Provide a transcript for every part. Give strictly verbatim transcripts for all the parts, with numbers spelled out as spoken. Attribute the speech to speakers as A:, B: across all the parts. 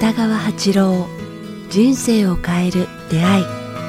A: 北川八郎、人生を変える出会い。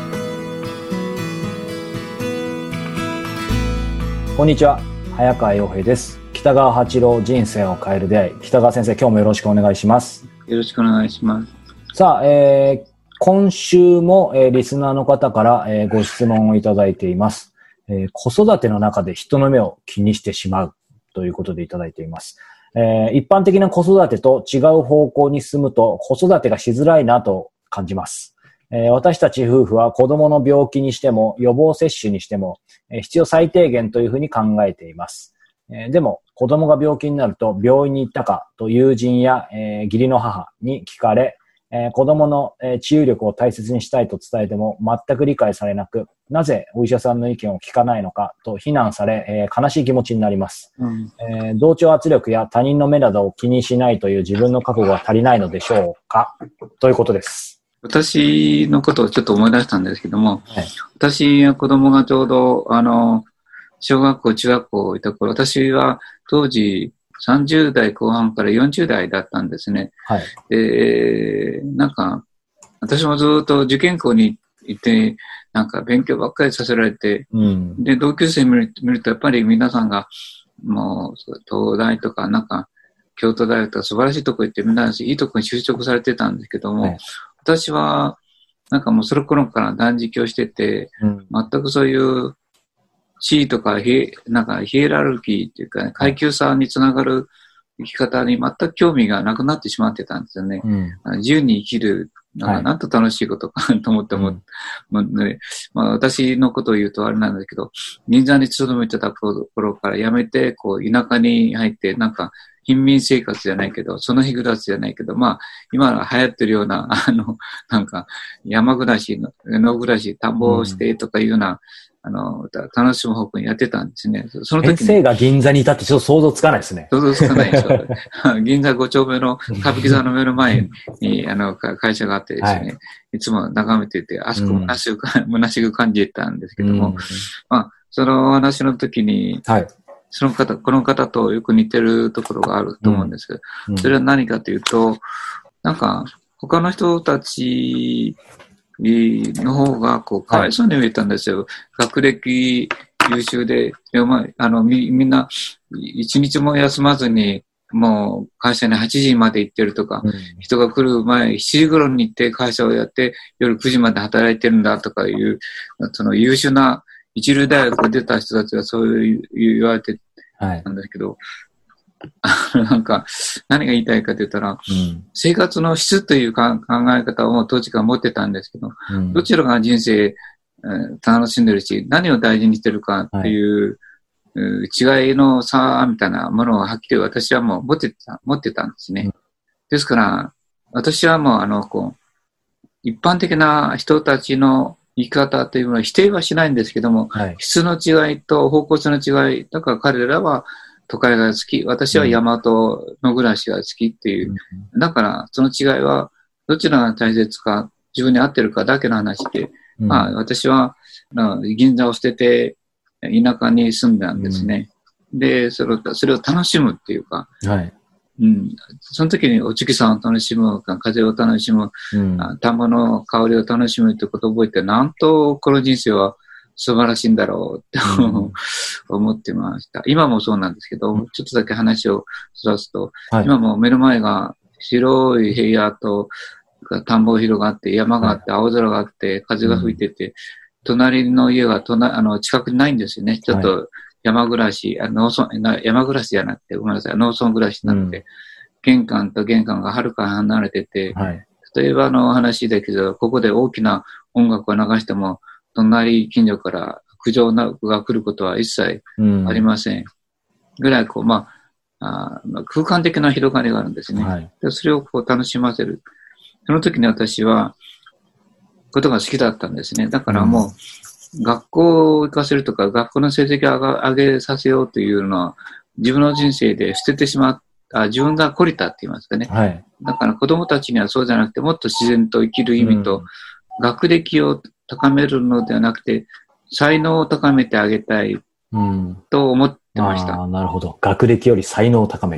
B: こんにちは、早川洋平です。北川八郎、人生を変える出会い。北川先生、今日もよろしくお願いします。
C: よろしくお願いします。
B: さあ、えー、今週も、えー、リスナーの方から、えー、ご質問をいただいています、えー。子育ての中で人の目を気にしてしまうということでいただいています。えー、一般的な子育てと違う方向に進むと子育てがしづらいなと感じます。えー、私たち夫婦は子供の病気にしても予防接種にしても、えー、必要最低限というふうに考えています。えー、でも子供が病気になると病院に行ったかと友人や、えー、義理の母に聞かれ、えー、子供の、えー、治癒力を大切にしたいと伝えても全く理解されなく、なぜお医者さんの意見を聞かないのかと非難され、えー、悲しい気持ちになります、うんえー。同調圧力や他人の目などを気にしないという自分の覚悟が足りないのでしょうかということです。
C: 私のことをちょっと思い出したんですけども、はい、私は子供がちょうどあの小学校、中学校いた頃、私は当時さんじゅう代後半からよんじゅう代だったんですね。はい、で、なんか、私もずっと受験校に行って、なんか勉強ばっかりさせられて、うん、で、同級生見る、見るとやっぱり皆さんが、もう、東大とか、なんか、京都大学とか素晴らしいとこ行ってみんないいとこに就職されてたんですけども、はい、私は、なんかもうその頃から断食をしてて、うん、全くそういう地位とかヒ、なんかヒエラルキーっていうか、ね、階級差につながる生き方に全く興味がなくなってしまってたんですよね。うん、自由に生きる、なんかなんと楽しいことかと思っても、はいもうねまあ、私のことを言うとあれなんだけど、銀座に勤めてた頃から辞めて、こう田舎に入って、なんか貧民生活じゃないけど、その日暮らしじゃないけど、まあ、今流行ってるような、あの、なんか山暮らし、野暮らし、田んぼをしてとかいうような、うんあの、楽しむ方向にやってたんですね。
B: その時に。先生が銀座にいたってちょっと想像つかないですね。
C: 想像つかないでしょ。銀座ご丁目の歌舞伎座の目の前に、あの、会社があってですね、はい、いつも眺めてて、あそこ虚しく、うん、虚しく感じてたんですけども、うん、まあ、その話の時に、はい、その方、この方とよく似てるところがあると思うんですけど、うん、それは何かというと、なんか、他の人たち、の方が、こう、かわいそうに見えたんですよ。はい、学歴優秀で、あの、み、みんな、一日も休まずに、もう、会社にはちじまで行ってるとか、うん、人が来る前、しちじ頃に行って会社をやって、夜くじまで働いてるんだとかいう、その優秀な一流大学出た人たちがそういう言われてたんですけど、はいなんか、何が言いたいかと言ったら、うん、生活の質という考え方を当時から持ってたんですけど、うん、どちらが人生、えー、楽しんでるし、何を大事にしてるかっていう、はい、違いの差みたいなものをはっきり私はもう持ってた、持ってたんですね。うん、ですから、私はもうあの、こう、一般的な人たちの生き方というのは否定はしないんですけども、はい、質の違いと方向性の違い、だから彼らは都会が好き。私は山との暮らしが好きっていう。うん、だから、その違いは、どちらが大切か、自分に合ってるかだけの話で、うん、まあ、私は、銀座を捨てて、田舎に住んだんですね。うん、で、それを、それを楽しむっていうか、はい。うん。その時にお月さんを楽しむ、風を楽しむ、うん、田んぼの香りを楽しむってことを覚えて、なんと、この人生は、素晴らしいんだろうって思ってました。今もそうなんですけど、うん、ちょっとだけ話をずらすと、はい、今も目の前が広い平野と田んぼが広がって、山があって、青空があって、風が吹いてて、うん、隣の家が隣あの近くにないんですよね。ちょっと山暮らし、あ農村山暮らしじゃなくて、ごめんなさい、農村暮らしになって、うん、玄関と玄関がはるか離れてて、はい、例えばの話だけど、ここで大きな音楽を流しても、隣近所から苦情が来ることは一切ありません。うん、ぐらい、こう、まあ、あ空間的な広がりがあるんですね。はい、でそれをこう楽しませる。その時に私は、ことが好きだったんですね。だからもう、学校を行かせるとか、学校の成績を上げさせようというのは、自分の人生で捨ててしまった、自分が懲りたって言いますかね。はい、だから子供たちにはそうじゃなくて、もっと自然と生きる意味と、うん、学歴を高めるのではなくて、才能を高めてあげたいと思ってました。
B: うん、ああ、なるほど。学歴より才能を高める。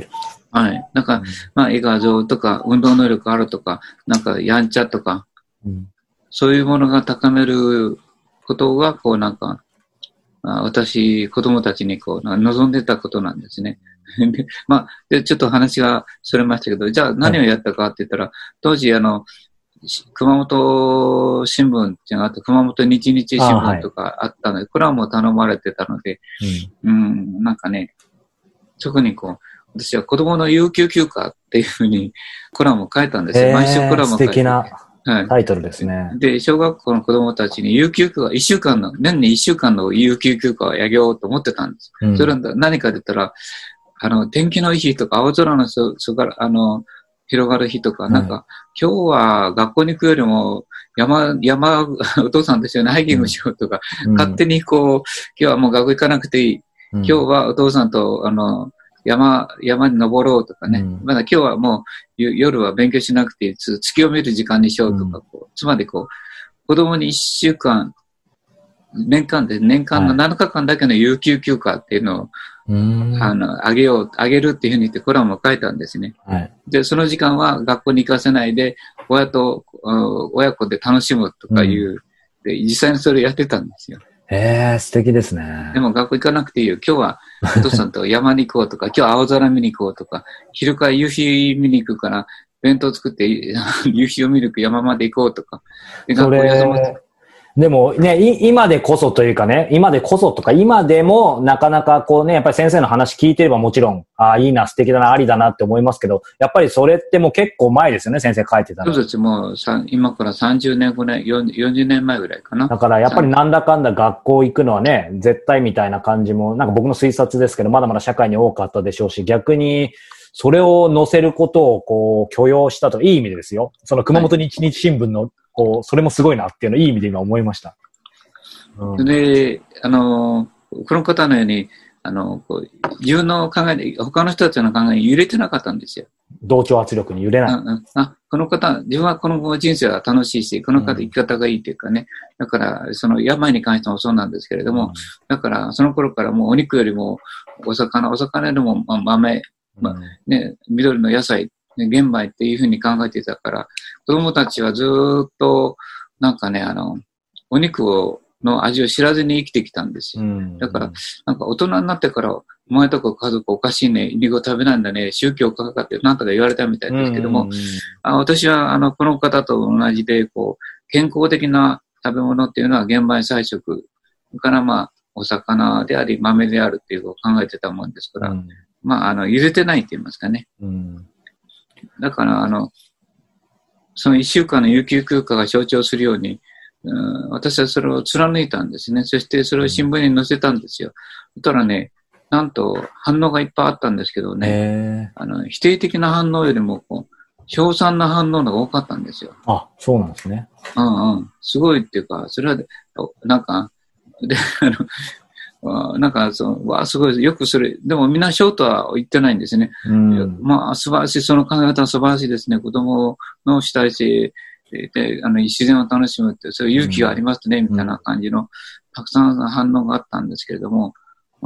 C: はい。なんか、まあ、絵画像とか、運動能力あるとか、なんか、やんちゃとか、うん、そういうものが高めることが、こうなんか、私、子供たちにこう、望んでたことなんですね。で、まあ、で、ちょっと話がそれましたけど、じゃあ何をやったかって言ったら、はい、当時、あの、熊本新聞っていうのがあって、熊本日日新聞とかあったので、はい、これはもう頼まれてたので、うん、うんなんかね、特にこう、私は子供の有給休暇っていうふうにコラムを書いたんですよ。毎週コラムを書いて。
B: 素敵なタイトルですね。
C: はい。で、小学校の子供たちに有給休暇、一週間の、年に一週間の有給休暇をあげようと思ってたんです。うん、それは何かって言ったら、あの、天気のいい日とか、青空のそ、そから、あの、広がる日とか、なんか、うん、今日は学校に行くよりも、山、山、お父さんと一緒にハイキングしようとか、うん、勝手にこう、今日はもう学校行かなくていい。うん、今日はお父さんと、あの、山、山に登ろうとかね。うん、まだ今日はもう夜は勉強しなくていい。月を見る時間にしようとか、こう、うん、つまりこう、子供に一週間、年間で、年間のなのかかんだけの有給休暇っていうのを、はい、あの、あげよう、あげるっていうふうに言ってコラムを書いたんですね。はい、で、その時間は学校に行かせないで、親と、親子で楽しむとかいう、うん、で、実際にそれやってたんですよ。
B: へえ、素敵ですね。
C: でも学校行かなくていいよ。今日はお父さんと山に行こうとか、今日青空見に行こうとか、昼から夕日見に行くから、弁当作って夕日を見る山まで行こうとか。で学校休ませ
B: でもね、今でこそというかね、今でこそとか、今でもなかなかこうね、やっぱり先生の話聞いてればもちろん、ああ、いいな、素敵だな、ありだなって思いますけど、やっぱりそれってもう結構前ですよね、先生書いてたの。
C: そうです、もうさ、今からさんじゅうねんぐらい、よんじゅうねんまえぐらいかな。
B: だからやっぱりなんだかんだ学校行くのはね、絶対みたいな感じも、なんか僕の推察ですけど、まだまだ社会に多かったでしょうし、逆に、それを載せることをこう許容したと、いい意味でですよ。その熊本日日新聞の、こう、それもすごいなっていうのをいい意味で今思いました。
C: うん、で、あの、この方のように、あの、こう自分の考えで、他の人たちの考えに揺れてなかったんですよ。
B: 同調圧力に揺れない。
C: ああこの方、自分はこの人生は楽しいし、この方生き方がいいというかね。うん、だから、その病に関してもそうなんですけれども、うん、だから、その頃からもうお肉よりもお魚、お魚よりも豆、まあね、緑の野菜、ね、玄米っていうふうに考えていたから、子供たちはずーっと、なんかね、あの、お肉を、の味を知らずに生きてきたんですよ。うん、だから、なんか大人になってから、お前とか家族おかしいね、イリゴ食べないんだね、宗教かかってなんとか言われたみたいですけども、うんうんうん、あ私は、あの、この方と同じで、こう、健康的な食べ物っていうのは玄米菜食、それからまあ、お魚であり、豆であるっていうのを考えてたもんですから、うん、まあ、あの、譲れてないって言いますかね。うん、だから、あの、その一週間の有給休暇が象徴するように、うん、私はそれを貫いたんですね。そしてそれを新聞に載せたんですよ。そしたらね、なんと反応がいっぱいあったんですけどね、あの否定的な反応よりもこう、称賛な反応のが多かったんですよ。
B: あ、そうなんですね。
C: うんうん。すごいっていうか、それは、なんか、で、あの、なんか、その、わあ、すごい、よくそれ、でもみんなショートは言ってないんですね。うん、まあ、素晴らしい、その考え方は素晴らしいですね。子供の主体性、で、あの、自然を楽しむって、そういう勇気がありますね、うん、みたいな感じの、たくさん反応があったんですけれども、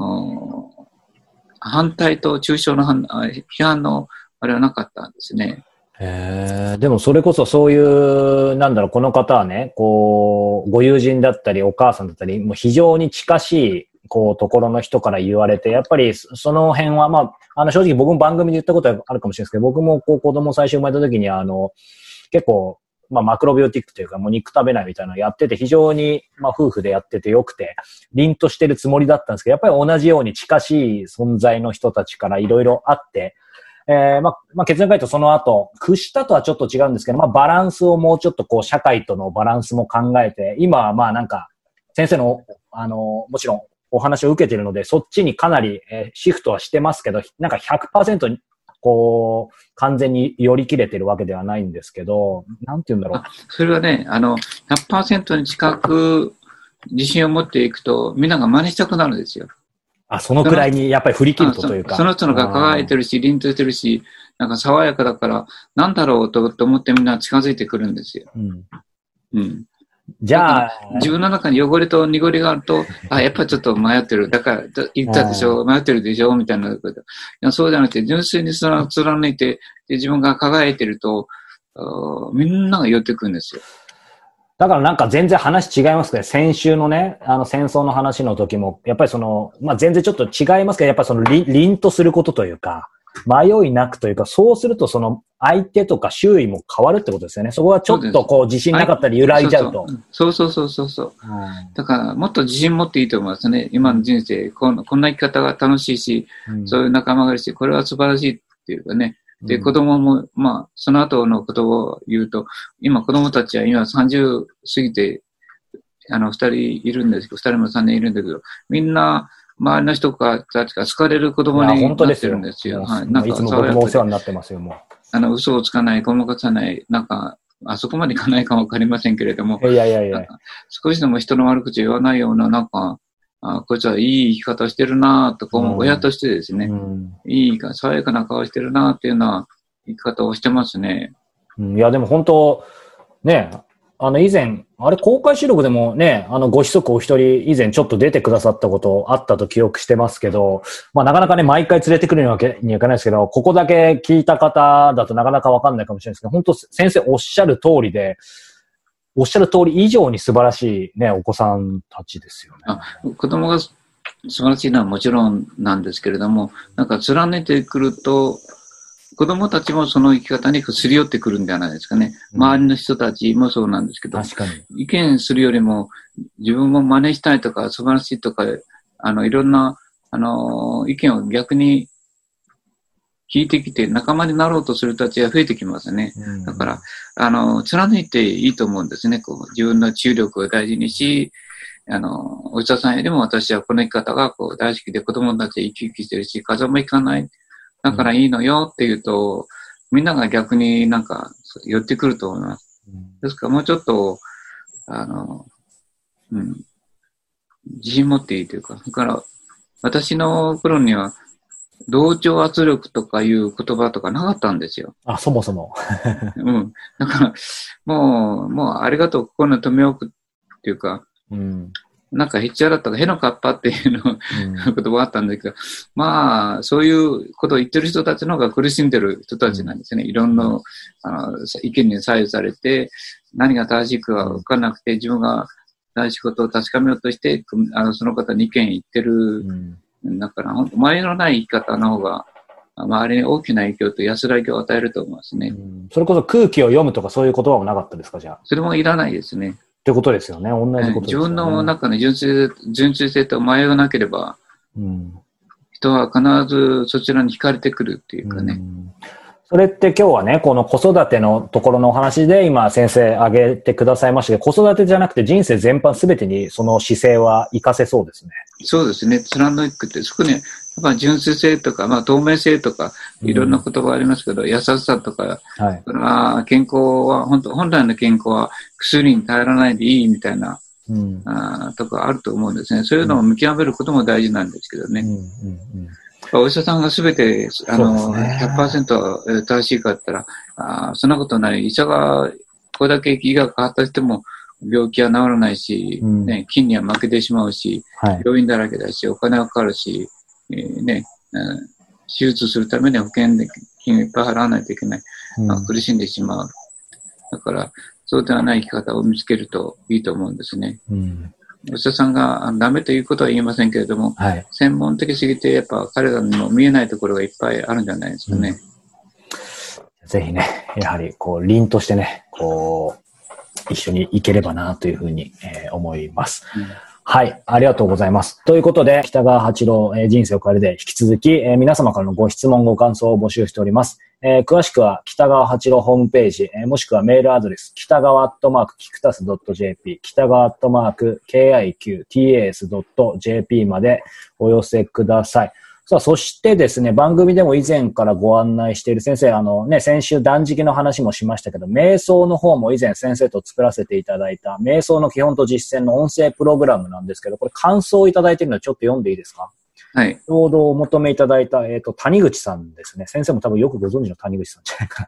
C: 反対と抽象の反批判のあれはなかったんですね。
B: へー、でもそれこそそういう、なんだろう、この方はね、こう、ご友人だったり、お母さんだったり、もう非常に近しい、こう、ところの人から言われて、やっぱりその辺は、まあ、あの、正直僕も番組で言ったことはあるかもしれないですけど、僕もこう、子供最初生まれた時に、あの、結構、まあ、マクロビオティックというか、もう肉食べないみたいなのをやってて、非常に、まあ、夫婦でやっててよくて、凛としてるつもりだったんですけど、やっぱり同じように近しい存在の人たちからいろいろあって、えー、まあ、まあ、結論から言うとその後、屈したとはちょっと違うんですけど、まあ、バランスをもうちょっとこう、社会とのバランスも考えて、今はまあ、なんか、先生の、あの、もちろんお話を受けているので、そっちにかなり、えー、シフトはしてますけど、なんか ひゃくパーセント に、こう、完全に寄り切れてるわけではないんですけど、なんて言うんだろう。
C: それはね、あの、ひゃくパーセント に近く自信を持っていくと、みんなが真似したくなるんですよ。
B: あ、そのくらいにやっぱり振り切るとというか。
C: そ, その人のが輝いてるし、凛としてるし、なんか爽やかだから、なんだろうと思ってみんな近づいてくるんですよ。うん。うん。
B: じゃあ、
C: 自分の中に汚れと濁りがあると、あ、やっぱちょっと迷ってる。だから、言ったでしょ、迷ってるでしょみたいなこと。いや、そうじゃなくて、純粋にその貫いて、で自分が輝いてると、みんなが寄ってくるんですよ。
B: だからなんか全然話違いますけど、先週のね、あの戦争の話の時も、やっぱりその、まあ、全然ちょっと違いますけど、やっぱりその凛、凛とすることというか、迷いなくというか、そうするとその相手とか周囲も変わるってことですよね。そこはちょっとこう自信なかったり揺らいじゃうと。
C: そうそうそうそうそう。うん、だからもっと自信持っていいと思いますね。今の人生、こんこんな生き方が楽しいし、うん、そういう仲間がいるし、これは素晴らしいっていうかね。で、子供も、まあ、その後の言葉を言うと、今子供たちは今さんじゅう過ぎて、あの、二人いるんですけど、二人も三人いるんだけど、みんな、周りの人たちが好かれる子供になってるんですよ。
B: はい。なんか、いつも僕もお世話になってますよ、もう。
C: あの、嘘をつかない、ごまかさない、なんか、あそこまでいかないかもわかりませんけれども、
B: いやいやいや。
C: 少しでも人の悪口を言わないような、なんか、あこいつはいい生き方をしてるなぁと、こう、親としてですね、うん、いいか、爽やかな顔してるなぁっていうような生き方をしてますね。
B: うん、いや、でも本当、ね、あの、以前、あれ、公開収録でもね、あの、ご子息お一人、以前ちょっと出てくださったことあったと記憶してますけど、まあ、なかなかね、毎回連れてくるわけにはいかないですけど、ここだけ聞いた方だとなかなかわかんないかもしれないですけど、本当先生おっしゃる通りで、おっしゃる通り以上に素晴らしいね、お子さんたちですよね。
C: あ、子供が素晴らしいのはもちろんなんですけれども、なんか貫いてくると、子供たちもその生き方にすり寄ってくるんじゃないですかね。周りの人たちもそうなんですけど、
B: 確かに
C: 意見するよりも自分も真似したいとか素晴らしいとか、あの、いろんな、あの、意見を逆に聞いてきて仲間になろうとする人たちが増えてきますね。うん、だから、あの、貫いていいと思うんですね。こう自分の注力を大事にし、あの、お医者さんよりも私はこの生き方がこう大好きで子供たちは生き生きしてるし、風邪もいかない。だからいいのよって言うと、みんなが逆になんか寄ってくると思います。ですからもうちょっと、あの、うん、自信持っていいというか、だから私の頃には同調圧力とかいう言葉とかなかったんですよ。
B: あ、そもそも。
C: うん。だから、もう、もうありがとう、ここに留め置くっていうか、うん、なんかへっちゃらとかへのかっぱっていうの、うん、言葉があったんだけど、まあ、そういうことを言ってる人たちの方が苦しんでる人たちなんですね。いろんな、あの、意見に左右されて、何が正しいかは分からなくて、自分が正しいことを確かめようとして、あの、その方に意見言ってる。うん、だから、本当前のない生き方の方が、周りに大きな影響と安らぎを与えると思いますね。うん、
B: それこそ空気を読むとかそういう言葉もなかったですか、じゃあ。
C: それもいらないですね。
B: ってことですよね。同じことですよね。
C: 自分の中の純粋性、純粋性と迷いがなければ、うん、人は必ずそちらに惹かれてくるっていうかね。うん、
B: それって今日はね、この子育てのところのお話で今先生挙げてくださいましたけど、子育てじゃなくて人生全般すべてにその姿勢は活かせそうですね。
C: そうですね。貫くって、そこに、やっぱ純粋性とか、まあ透明性とか、いろんな言葉ありますけど、うん、優しさとか、はい、まあ、健康は、本当、本来の健康は薬に頼らないでいいみたいな、うん、あとかあると思うんですね。そういうのを見極めることも大事なんですけどね。うんうんうん、お医者さんがすべて、あの、ね、ひゃくパーセント 正しいかって言ったら、あそんなことない。医者が、これだけ医学が発達しても、病気は治らないし、うん、ね、菌には負けてしまうし、はい、病院だらけだし、お金はかかるし、えー、ね、うん、手術するためには保険で金をいっぱい払わないといけない。うんまあ、苦しんでしまう。だから、そうではない生き方を見つけるといいと思うんですね。うん、お医者さんがダメということは言いませんけれども、はい、専門的すぎて、やっぱ彼らにも見えないところがいっぱいあるんじゃないですかね。
B: うん、ぜひね、やはり、こう、凛としてね、こう、一緒に行ければなというふうに、えー、思います。うん、はい。ありがとうございます。ということで、北川八郎、えー、人生を変えるで引き続き、えー、皆様からのご質問、ご感想を募集しております。えー、詳しくは北川八郎ホームページ、えー、もしくはメールアドレス、北川アットマークキクタス .jp、北川アットマーク ケーアイキューティーエーエス .jp までお寄せください。さあ、そしてですね、番組でも以前からご案内している先生、あのね、先週断食の話もしましたけど、瞑想の方も以前先生と作らせていただいた、瞑想の基本と実践の音声プログラムなんですけど、これ感想をいただいているのでちょっと読んでいいですか？はい。ちょうどお求めいただいた、えっと、谷口さんですね。先生も多分よくご存知の谷口さんじゃないかな。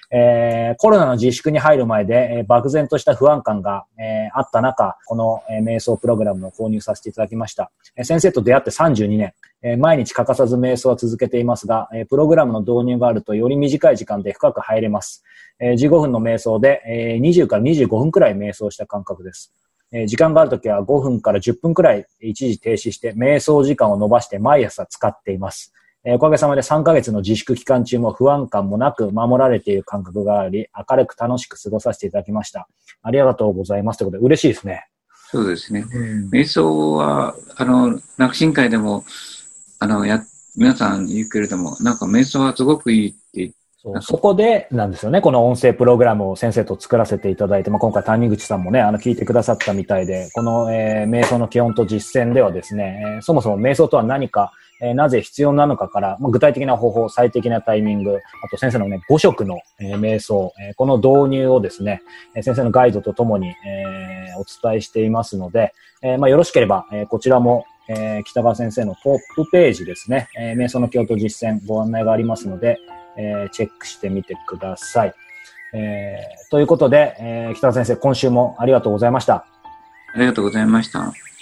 B: えー、コロナの自粛に入る前で、えー、漠然とした不安感が、えー、あった中、この、えー、瞑想プログラムを購入させていただきました。えー、先生と出会ってさんじゅうにねん、えー、毎日欠かさず瞑想は続けていますが、えー、プログラムの導入があるとより短い時間で深く入れます。えー、じゅうごふんの瞑想で、えー、にじゅうからにじゅうごふんくらい瞑想した感覚です。えー、時間があるときはごふんからじゅっぷんくらい一時停止して瞑想時間を伸ばして毎朝使っています。えー、おかげさまでさんかげつの自粛期間中も不安感もなく守られている感覚があり、明るく楽しく過ごさせていただきました。ありがとうございます。ということで嬉しいですね。
C: そうですね。うん、瞑想は、あの、楽神会でも、あの、や、皆さん言うけれども、なんか瞑想はすごくいいって言って、
B: そうそこでなんですよね。この音声プログラムを先生と作らせていただいて、まあ、今回谷口さんもね、あの聞いてくださったみたいで、この、えー、瞑想の基本と実践ではですね、えー、そもそも瞑想とは何か、えー、なぜ必要なのかから、まあ、具体的な方法、最適なタイミング、あと先生のね、ご色の、えー、瞑想、えー、この導入をですね、えー、先生のガイドとともに、えー、お伝えしていますので、えー、まあ、よろしければ、えー、こちらも、えー、北川先生のトップページですね、えー、瞑想の基本と実践ご案内がありますので、えー、チェックしてみてください。えー、ということで、えー、北田先生、今週もありがとうございました。
C: ありがとうございました。